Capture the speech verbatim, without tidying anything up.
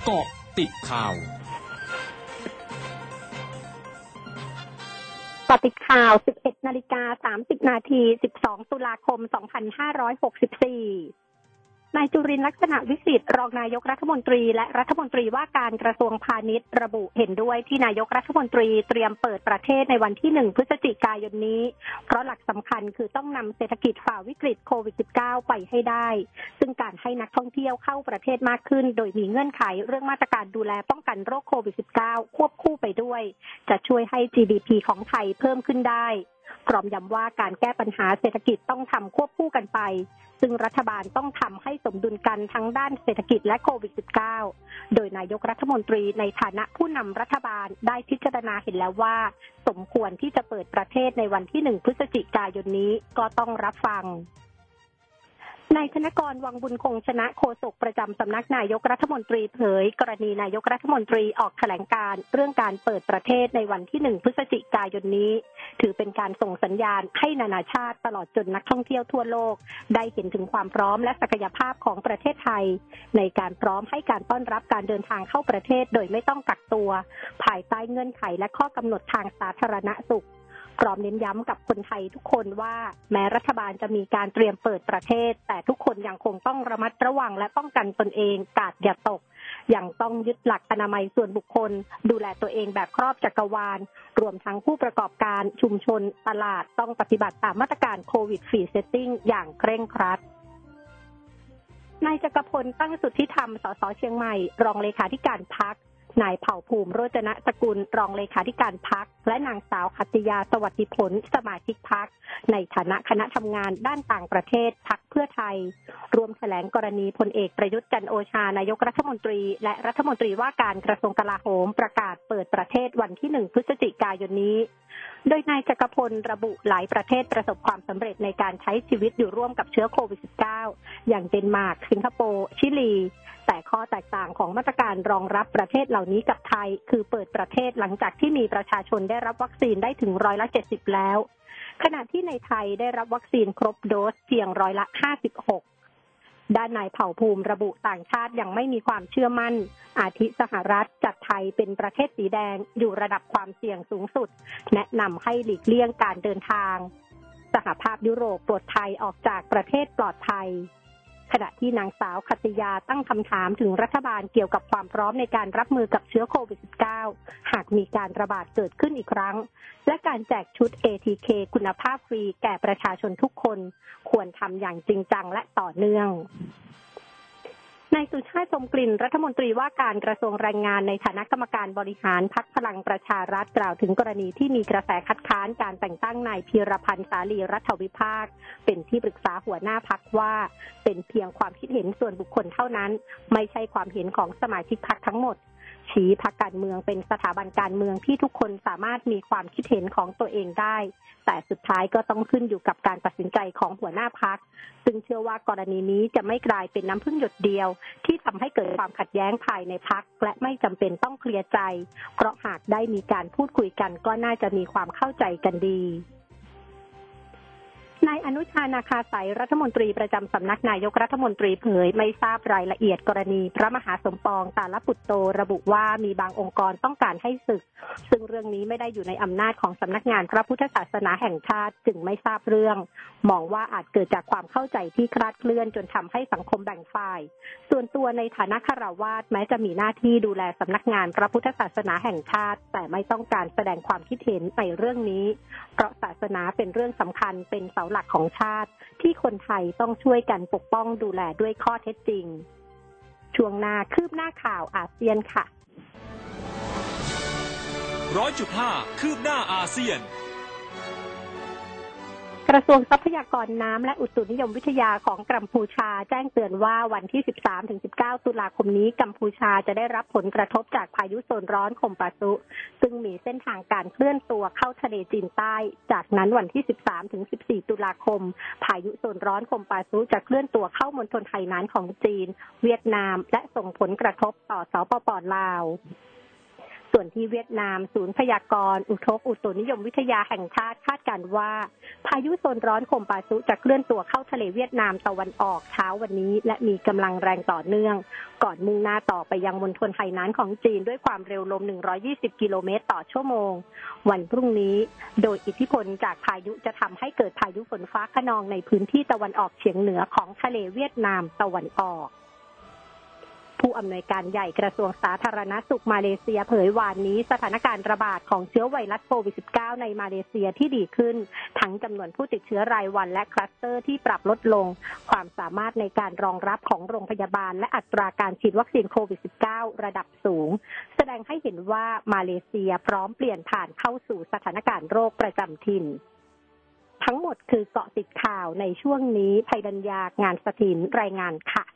เกาะติดข่าวเกาะติดข่าว สิบเอ็ดนาฬิกาสามสิบนาที สิบสองตุลาคม สองพันห้าร้อยหกสิบสี่นายจุรินทร์ลักษณะวิสิทธิ์รองนายกรัฐมนตรีและรัฐมนตรีว่าการกระทรวงพาณิชย์ระบุเห็นด้วยที่นายกรัฐมนตรีเตรียมเปิดประเทศในวันที่หนึ่งพฤศจิกายนนี้เพราะหลักสำคัญคือต้องนำเศรษฐกิจฝ่าวิกฤตโควิด สิบเก้า ไปให้ได้ซึ่งการให้นักท่องเที่ยวเข้าประเทศมากขึ้นโดยมีเงื่อนไขเรื่องมาตรการดูแลป้องกันโรคโควิด สิบเก้า ควบคู่ไปด้วยจะช่วยให้ จี ดี พี ของไทยเพิ่มขึ้นได้พร้อมย้ำว่าการแก้ปัญหาเศรษฐกิจต้องทำควบคู่กันไปซึ่งรัฐบาลต้องทำให้สมดุลกันทั้งด้านเศรษฐกิจและโควิด สิบเก้า โดยนายกรัฐมนตรีในฐานะผู้นำรัฐบาลได้พิจารณาเห็นแล้วว่าสมควรที่จะเปิดประเทศในวันที่หนึ่งพฤศจิกายนนี้ก็ต้องรับฟังนายธนกรวังบุญคงชนะโฆษกประจำสำนักนายกรัฐมนตรีเผยกรณีนายกรัฐมนตรีออกแถลงการเรื่องการเปิดประเทศในวันที่หนึ่งพฤศจิกายนนี้ถือเป็นการส่งสัญญาณให้นานาชาติตลอดจนนักท่องเที่ยวทั่วโลกได้เห็นถึงความพร้อมและศักยภาพของประเทศไทยในการพร้อมให้การต้อนรับการเดินทางเข้าประเทศโดยไม่ต้องกักตัวภายใต้เงื่อนไขและข้อกำหนดทางสาธารณสุขพร้อมเน้นย้ำกับคนไทยทุกคนว่าแม้รัฐบาลจะมีการเตรียมเปิดประเทศแต่ทุกคนยังคงต้องระมัดระวังและป้องกันตนเองกาดอย่าตกยังต้องยึดหลักอนามัยส่วนบุคคลดูแลตัวเองแบบครอบจักรวาลรวมทั้งผู้ประกอบการชุมชนตลาดต้องปฏิบัติตามมาตรการโควิดฟรีเซตติ้งอย่างเคร่งครัดนายจักรพลตั้งสุทธิธรรมสสเชียงใหม่รองเลขาธิการพรรคนายเผ่าภูมิโรจนสกุลรองเลขาธิการพรรคและนางสาวขัตติยาสวัสดิผลสมาชิกพรรคในฐานะคณะทำงานด้านต่างประเทศพรรคเพื่อไทยรวมแถลงกรณีพลเอกประยุทธ์จันทร์โอชานายกรัฐมนตรีและรัฐมนตรีว่าการกระทรวงกลาโหมประกาศเปิดประเทศวันที่หนึ่งพฤศจิกายนนี้โดยนายจักรพลระบุหลายประเทศประสบความสำเร็จในการใช้ชีวิตอยู่ร่วมกับเชื้อโควิด สิบเก้า อย่างเดนมาร์กสิงคโปร์ชิลีแต่ข้อแตกต่างของมาตรการรองรับประเทศเหล่านี้กับไทยคือเปิดประเทศหลังจากที่มีประชาชนได้รับวัคซีนได้ถึงร้อยละเจ็ดสิบแล้วขณะที่ในไทยได้รับวัคซีนครบโดสเพียงร้อยละห้าสิบหกด้านนายเผ่าภูมิระบุต่างชาติยังไม่มีความเชื่อมั่นอาทิสหรัฐจัดไทยเป็นประเทศสีแดงอยู่ระดับความเสี่ยงสูงสุดแนะนำให้หลีกเลี่ยงการเดินทางสหภาพยุโรปปลดไทยออกจากประเทศปลอดภัยขณะที่นางสาวขัตติยาตั้งคำถามถึงรัฐบาลเกี่ยวกับความพร้อมในการรับมือกับเชื้อโควิด สิบเก้า หากมีการระบาดเกิดขึ้นอีกครั้งและการแจกชุด เอ ที เค คุณภาพฟรีแก่ประชาชนทุกคนควรทำอย่างจริงจังและต่อเนื่องนายสุชาติชมกลิ่นรัฐมนตรีว่าการกระทรวงแรงงานในฐานะกรรมการบริหารพรรคพลังประชารัฐกล่าวถึงกรณีที่มีกระแสคัดค้านการแต่งตั้งนายพีรพันธ์สาลีรัฐวิภาคเป็นที่ปรึกษาหัวหน้าพรรคว่าเป็นเพียงความคิดเห็นส่วนบุคคลเท่านั้นไม่ใช่ความเห็นของสมาชิกพรรคทั้งหมดชี้พรรคการเมืองเป็นสถาบันการเมืองที่ทุกคนสามารถมีความคิดเห็นของตัวเองได้แต่สุดท้ายก็ต้องขึ้นอยู่กับการตัดสินใจของหัวหน้าพรรคซึ่งเชื่อว่ากรณีนี้จะไม่กลายเป็นน้ำพึ่งหยดเดียวที่ทำให้เกิดความขัดแย้งภายในพรรคและไม่จำเป็นต้องเคลียร์ใจเพราะหากได้มีการพูดคุยกันก็น่าจะมีความเข้าใจกันดีนายอนุชานาคาสัยรัฐมนตรีประจำสำนักนายกรัฐมนตรีเผยไม่ทราบรายละเอียดกรณีพระมหาสมปองตาลปุตโตระบุว่ามีบางองค์กรต้องการให้สึกซึ่งเรื่องนี้ไม่ได้อยู่ในอำนาจของสำนักงานพระพุทธศาสนาแห่งชาติจึงไม่ทราบเรื่องมองว่าอาจเกิดจากความเข้าใจที่คลาดเคลื่อนจนทำให้สังคมแบ่งฝ่ายส่วนตัวในฐานะฆราวาสแม้จะมีหน้าที่ดูแลสำนักงานพระพุทธศาสนาแห่งชาติแต่ไม่ต้องการแสดงความคิดเห็นในเรื่องนี้เพราะศาสนาเป็นเรื่องสำคัญเป็นเสาหลักของชาติที่คนไทยต้องช่วยกันปกป้องดูแลด้วยข้อเท็จจริงช่วงหน้าคืบหน้าข่าวอาเซียนค่ะร้อยจุดห้า คืบหน้าอาเซียนกระทรวงทรัพยากรน้ำและอุตุนิยมวิทยาของกัมพูชาแจ้งเตือนว่าวันที่ สิบสามถึงสิบเก้า ตุลาคมนี้กัมพูชาจะได้รับผลกระทบจากพายุโซนร้อนคมปาซุซึ่งมีเส้นทางการเคลื่อนตัวเข้าทะเลจีนใต้จากนั้นวันที่ สิบสามถึงสิบสี่ ตุลาคมพายุโซนร้อนคมปาซุจะเคลื่อนตัวเข้ามณฑลไหหนานของจีนเวียดนามและส่งผลกระทบต่อสปป.ลาวส่วนที่เวียดนามศูนย์พยากรณ์อุทกอุตุนิยมวิทยาแห่งชาติคาดการณ์ว่าพายุโซนร้อนโคมปาซุจะเคลื่อนตัวเข้าทะเลเวียดนามตะวันออกเช้าวันนี้และมีกำลังแรงต่อเนื่องก่อนมุ่งหน้าต่อไปยังมณฑลไหหนานของจีนด้วยความเร็วลมหนึ่งร้อยยี่สิบกิโลเมตรต่อชั่วโมงวันพรุ่งนี้โดยอิทธิพลจากพายุจะทำให้เกิดพายุฝนฟ้าคะนองในพื้นที่ตะวันออกเฉียงเหนือของทะเลเวียดนามตะวันออกผู้อำนวยการใหญ่กระทรวงสาธารณสุขมาเลเซียเผยวานนี้สถานการณ์ระบาดของเชื้อไวรัสโควิด สิบเก้า ในมาเลเซียที่ดีขึ้นทั้งจำนวนผู้ติดเชื้อรายวันและคลัสเตอร์ที่ปรับลดลงความสามารถในการรองรับของโรงพยาบาลและอัตราการฉีดวัคซีนโควิด สิบเก้า ระดับสูงแสดงให้เห็นว่ามาเลเซียพร้อมเปลี่ยนผ่านเข้าสู่สถานการณ์โรคประจำถิ่นทั้งหมดคือเกาะติดข่าวในช่วงนี้ภัยดัญญางานสถินรายงานค่ะ